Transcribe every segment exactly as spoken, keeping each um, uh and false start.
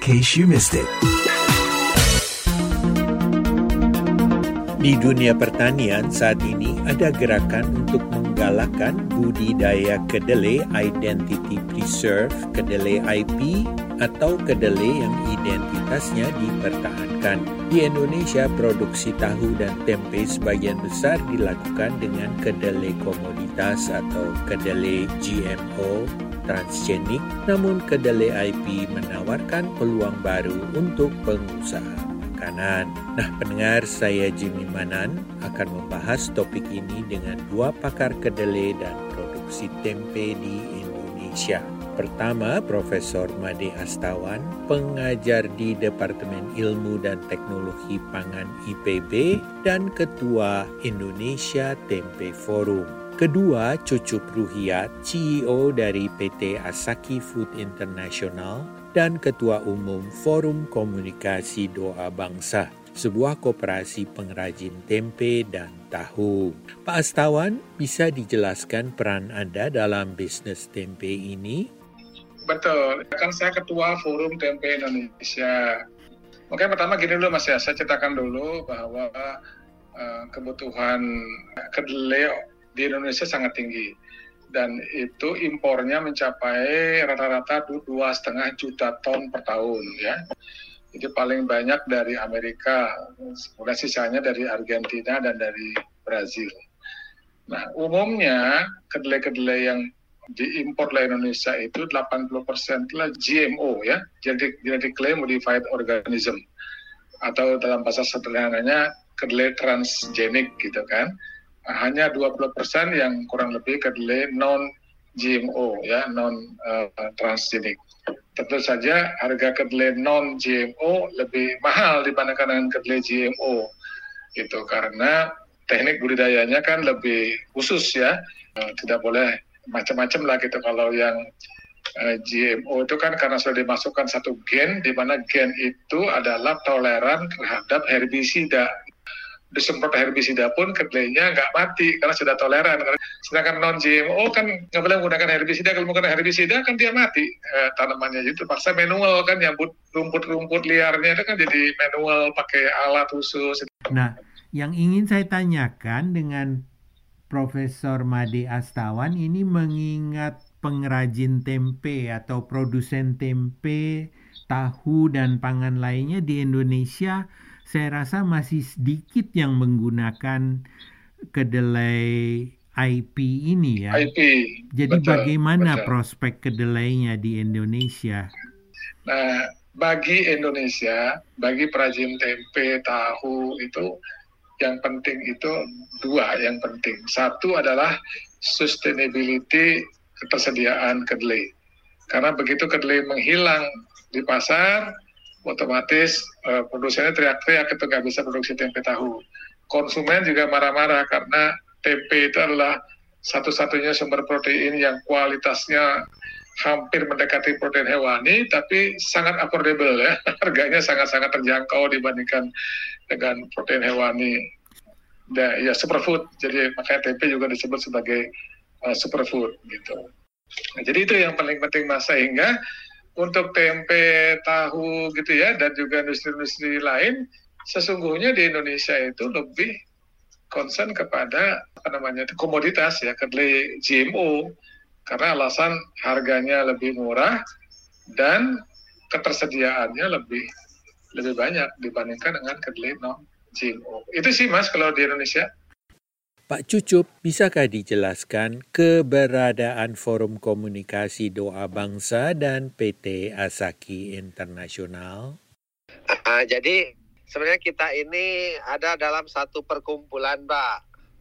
case you missed it. Di dunia pertanian saat ini ada gerakan untuk menggalakkan budidaya kedelai Identity Preserve, kedelai I P, atau kedelai yang identitasnya dipertahankan. Di Indonesia, produksi tahu dan tempe sebagian besar dilakukan dengan kedelai komoditas atau kedelai G M O transgenik, namun kedelai I P menawarkan peluang baru untuk pengusaha makanan. Nah, pendengar, saya Jimmy Manan akan membahas topik ini dengan dua pakar kedelai dan produksi tempe di Indonesia. Pertama, Profesor Made Astawan, pengajar di Departemen Ilmu dan Teknologi Pangan I P B dan Ketua Indonesia Tempe Forum. Kedua, Cucup Ruhiat, C E O dari P T Asaki Food International dan Ketua Umum Forum Komunikasi Doa Bangsa, sebuah koperasi pengrajin tempe dan tahu. Pak Astawan, bisa dijelaskan peran Anda dalam bisnis tempe ini? Betul, kan saya Ketua Forum Tempe Indonesia. Oke, pertama gini dulu Mas ya, saya ceritakan dulu bahwa uh, kebutuhan kedelai di Indonesia sangat tinggi. Dan itu impornya mencapai rata-rata dua setengah juta ton per tahun ya. Jadi paling banyak dari Amerika, kemudian sisanya dari Argentina dan dari Brazil. Nah, umumnya kedelai-kedelai yang diimpor oleh Indonesia itu delapan puluh persen adalah G M O ya, genetically modified organism, atau dalam bahasa sederhananya kedelai transgenik gitu kan. Hanya dua puluh persen yang kurang lebih kedelai non G M O ya, non uh, transgenik. Tentu saja harga kedelai non G M O lebih mahal dibandingkan dengan kedelai G M O gitu, karena teknik budidayanya kan lebih khusus ya, uh, tidak boleh macam-macam lah gitu. Kalau yang uh, G M O itu kan karena sudah dimasukkan satu gen, di mana gen itu adalah toleran terhadap herbisida. Disemprot herbisida pun kedelainya nggak mati karena sudah toleran. Sedangkan non G M O kan nggak boleh menggunakan herbisida. Kalau menggunakan herbisida kan dia mati eh, tanamannya. Jadi terpaksa manual kan, nyambut rumput-rumput liarnya itu kan jadi manual pakai alat khusus. Nah, yang ingin saya tanyakan dengan Profesor Made Astawan ini mengingat pengrajin tempe atau produsen tempe, tahu dan pangan lainnya di Indonesia, saya rasa masih sedikit yang menggunakan kedelai I P ini ya. I P. Jadi betul, bagaimana betul. prospek kedelainya di Indonesia? Nah, bagi Indonesia, bagi perajin tempe, tahu itu yang penting itu dua yang penting. Satu adalah sustainability ketersediaan kedelai. Karena begitu kedelai menghilang di pasar, otomatis uh, produsennya teriak-teriak itu nggak bisa produksi tempe tahu. Konsumen juga marah-marah karena tempe itu adalah satu-satunya sumber protein yang kualitasnya hampir mendekati protein hewani, tapi sangat affordable ya, harganya sangat-sangat terjangkau dibandingkan dengan protein hewani. Da, ya superfood, jadi makanya tempe juga disebut sebagai uh, superfood gitu. Nah, jadi itu yang paling penting Mas, sehingga untuk tempe, tahu gitu ya, dan juga industri-industri lain, sesungguhnya di Indonesia itu lebih concern kepada apa namanya itu komoditas ya, kedelai G M O, karena alasan harganya lebih murah dan ketersediaannya lebih lebih banyak dibandingkan dengan kedelai non G M O. Itu sih Mas kalau di Indonesia. Pak Cucup, bisakah dijelaskan keberadaan Forum Komunikasi Doa Bangsa dan P T Asaki International? Uh, jadi sebenarnya kita ini ada dalam satu perkumpulan, Mbak.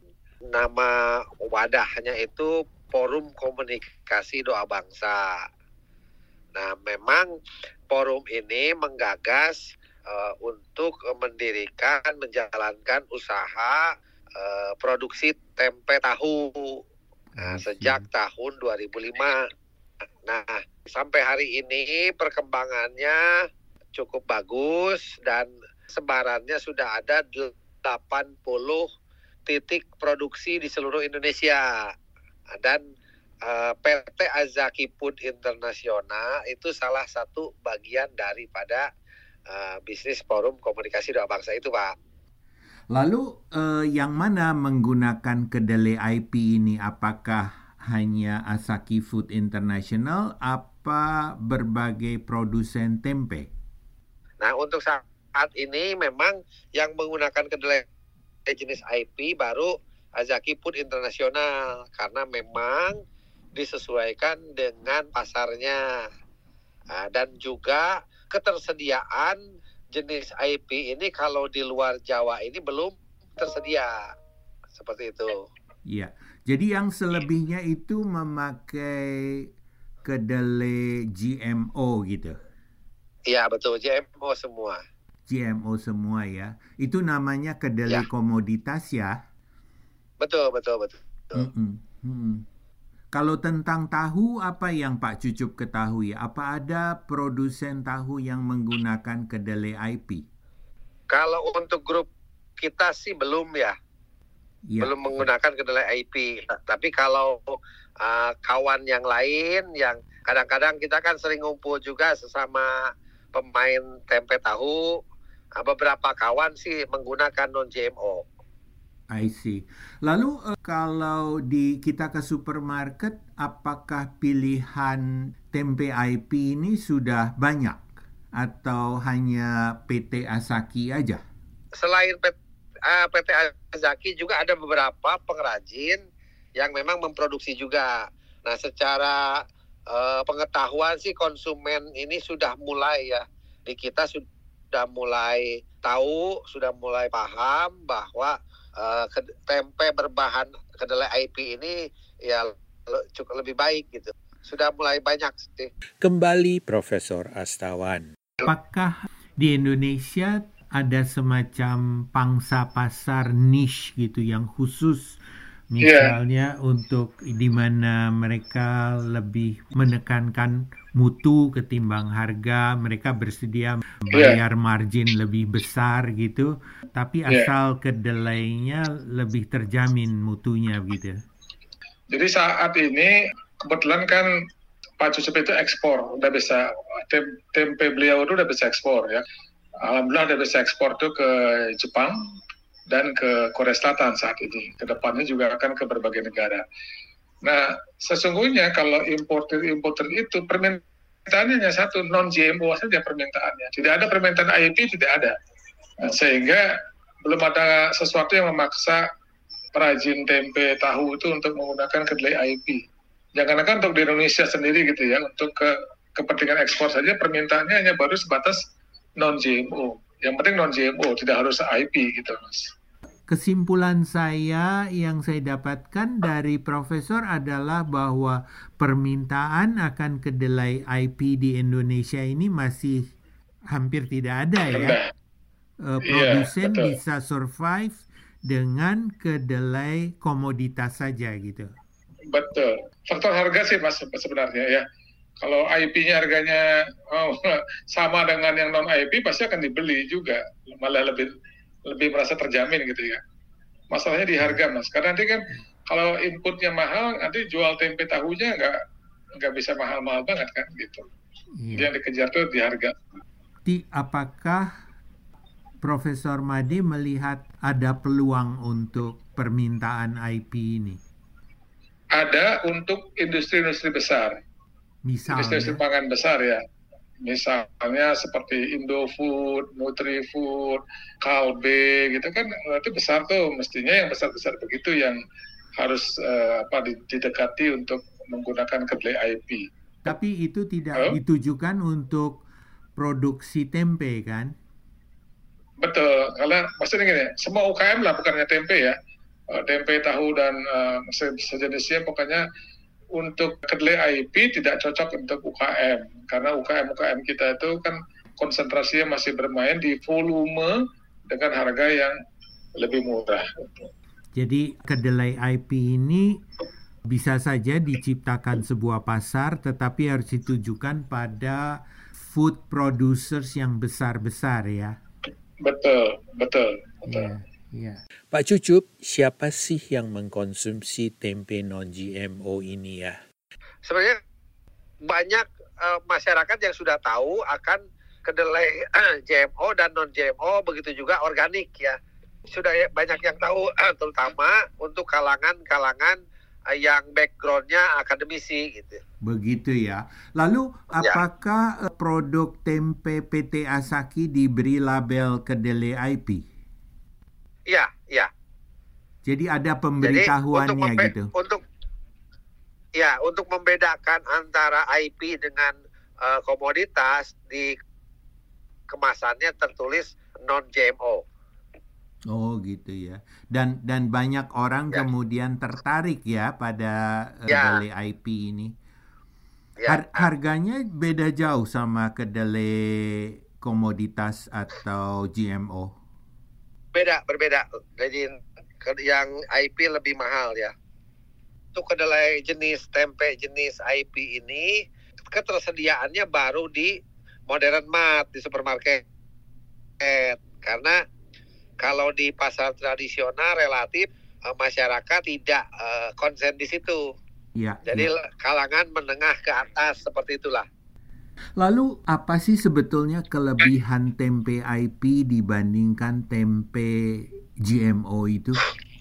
Nama wadahnya itu Forum Komunikasi Doa Bangsa. Nah, memang forum ini menggagas uh, untuk mendirikan, menjalankan usaha Uh, produksi tempe tahu nah, sejak tahun dua ribu lima. Nah, sampai hari ini perkembangannya cukup bagus dan sebarannya sudah ada delapan puluh titik produksi di seluruh Indonesia. Dan uh, P T Azaki Food International itu salah satu bagian daripada uh, bisnis Forum Komunikasi Doa Bangsa itu, Pak. Lalu eh, yang mana menggunakan kedelai I P ini? Apakah hanya Azaki Food International apa berbagai produsen tempe? Nah, untuk saat ini memang yang menggunakan kedelai jenis I P baru Azaki Food International karena memang disesuaikan dengan pasarnya. Nah, dan juga ketersediaan jenis I P ini kalau di luar Jawa ini belum tersedia. Seperti itu. Iya. Jadi yang selebihnya itu memakai kedelai G M O gitu. Iya, betul, G M O semua. G M O semua ya. Itu namanya kedelai ya. Komoditas ya. Betul, betul, betul. Mm-mm. Mm-mm. Kalau tentang tahu, apa yang Pak Cucup ketahui? Apa ada produsen tahu yang menggunakan kedelai I P? Kalau untuk grup kita sih belum ya. Ya. Belum menggunakan kedelai I P. Tapi kalau uh, kawan yang lain, yang kadang-kadang kita kan sering ngumpul juga sesama pemain tempe tahu, uh, beberapa kawan sih menggunakan non-G M O. I see. Lalu uh, kalau di kita ke supermarket, apakah pilihan tempe I P ini sudah banyak atau hanya P T Azaki aja? Selain P T, uh, P T Azaki juga ada beberapa pengrajin yang memang memproduksi juga. Nah, secara uh, pengetahuan sih konsumen ini sudah mulai ya, di kita sudah mulai tahu, sudah mulai paham bahwa Uh, tempe berbahan kedelai I P ini ya cukup lebih baik gitu. Sudah mulai banyak sih. Kembali Profesor Astawan. Apakah di Indonesia ada semacam pangsa pasar niche gitu yang khusus misalnya yeah. untuk di mana mereka lebih menekankan mutu ketimbang harga, mereka bersedia bayar yeah. margin lebih besar gitu, tapi yeah. asal kedelainya lebih terjamin mutunya gitu. Jadi saat ini kebetulan kan Pak Cucup itu ekspor, udah bisa tem- tempe beliau itu udah bisa ekspor ya. Alhamdulillah udah bisa ekspor tuh ke Jepang dan ke Korea Selatan saat ini. Kedepannya juga akan ke berbagai negara. Nah, sesungguhnya kalau importer-importer itu permintaannya hanya satu, non-G M O saja permintaannya. Tidak ada permintaan I P, tidak ada. Nah, sehingga belum ada sesuatu yang memaksa perajin tempe tahu itu untuk menggunakan kedelai I P. Jangankan untuk di Indonesia sendiri gitu ya, untuk ke kepentingan ekspor saja permintaannya hanya baru sebatas non-G M O. Yang penting non-G M O, tidak harus I P gitu, Mas. Kesimpulan saya yang saya dapatkan dari Profesor adalah bahwa permintaan akan kedelai I P di Indonesia ini masih hampir tidak ada ya. Uh, produsen yeah, bisa survive dengan kedelai komoditas saja gitu. Betul. Faktor harga sih Mas sebenarnya ya. Kalau I P-nya harganya oh, sama dengan yang non I P pasti akan dibeli juga, malah lebih lebih merasa terjamin gitu ya. Masalahnya di harga Mas, karena nanti kan kalau inputnya mahal, nanti jual tempe tahunya nggak nggak bisa mahal-mahal banget kan gitu. Iya. Jadi yang dikejar tuh di harga. Di, apakah Profesor Made melihat ada peluang untuk permintaan I P ini? Ada untuk industri-industri besar. Misalnya? Industri pangan besar ya. Misalnya seperti Indofood, Nutrifood, Kalbe gitu kan, itu besar tuh, mestinya yang besar-besar begitu yang harus uh, apa didekati untuk menggunakan kedelai I P. Tapi itu tidak oh? ditujukan untuk produksi tempe kan? Betul, karena maksudnya gini, semua U K M lah bukannya tempe ya, uh, tempe, tahu dan uh, sejenisnya pokoknya. Untuk kedelai I P tidak cocok untuk U K M karena U K M-U K M kita itu kan konsentrasinya masih bermain di volume dengan harga yang lebih murah. Jadi kedelai I P ini bisa saja diciptakan sebuah pasar tetapi harus ditujukan pada food producers yang besar-besar ya. Betul, betul, betul. Yeah. Ya. Pak Cucup, siapa sih yang mengkonsumsi tempe non-G M O ini ya? Sebenarnya banyak uh, masyarakat yang sudah tahu akan kedelai G M O dan non-G M O, begitu juga organik ya. Sudah banyak yang tahu, terutama untuk kalangan-kalangan yang background-nya akademisi gitu. Begitu ya. Lalu apakah ya. produk tempe P T Azaki diberi label kedelai I P? Iya, iya. Jadi ada pemberitahuannya Jadi, untuk gitu. Untuk ya, untuk membedakan antara I P dengan uh, komoditas, di kemasannya tertulis non-G M O. Oh gitu ya. Dan dan banyak orang ya. kemudian tertarik ya pada uh, ya. kedelai I P ini. Ya. Har- harganya beda jauh sama kedelai komoditas atau G M O? Beda, berbeda. Jadi yang I P lebih mahal ya. Untuk kedelai jenis tempe jenis I P ini ketersediaannya baru di Modern Mart, di supermarket. Karena kalau di pasar tradisional relatif uh, masyarakat tidak uh, konsen di situ. Ya, Jadi ya. kalangan menengah ke atas seperti itulah. Lalu apa sih sebetulnya kelebihan tempe I P dibandingkan tempe G M O itu?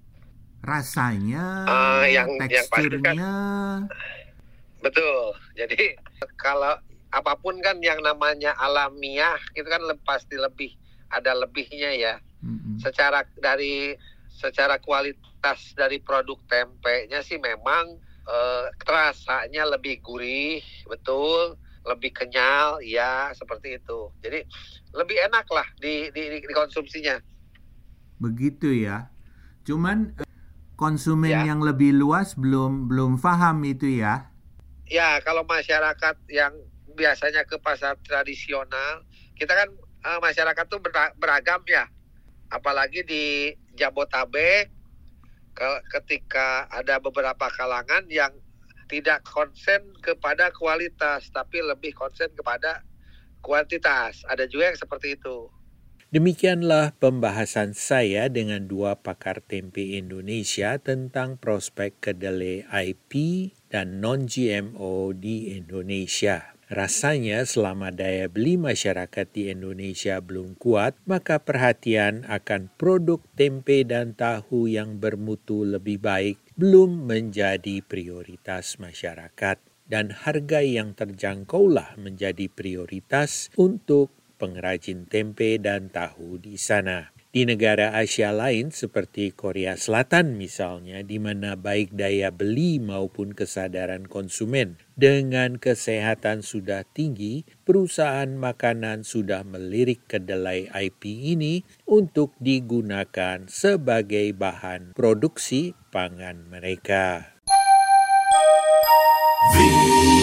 Rasanya, uh, yang, teksturnya? Yang kan, betul. Jadi kalau apapun kan yang namanya alamiah itu kan pasti lebih ada lebihnya ya. Mm-hmm. Secara dari secara kualitas dari produk tempenya sih memang uh, rasanya lebih gurih, betul. Lebih kenyal, ya seperti itu. Jadi lebih enak lah di, di, di dikonsumsinya. Begitu ya. Cuman konsumen ya. yang lebih luas belum belum paham itu ya. Ya, kalau masyarakat yang biasanya ke pasar tradisional, kita kan uh, masyarakat tuh beragam ya. Apalagi di Jabotabek, ke- ketika ada beberapa kalangan yang tidak konsen kepada kualitas, tapi lebih konsen kepada kuantitas. Ada juga yang seperti itu. Demikianlah pembahasan saya dengan dua pakar tempe Indonesia tentang prospek kedelai I P dan non-G M O di Indonesia. Rasanya selama daya beli masyarakat di Indonesia belum kuat, maka perhatian akan produk tempe dan tahu yang bermutu lebih baik belum menjadi prioritas masyarakat. Dan harga yang terjangkaulah menjadi prioritas untuk pengrajin tempe dan tahu di sana. Di negara Asia lain seperti Korea Selatan misalnya, di mana baik daya beli maupun kesadaran konsumen dengan kesehatan sudah tinggi, perusahaan makanan sudah melirik kedelai I P ini untuk digunakan sebagai bahan produksi pangan mereka.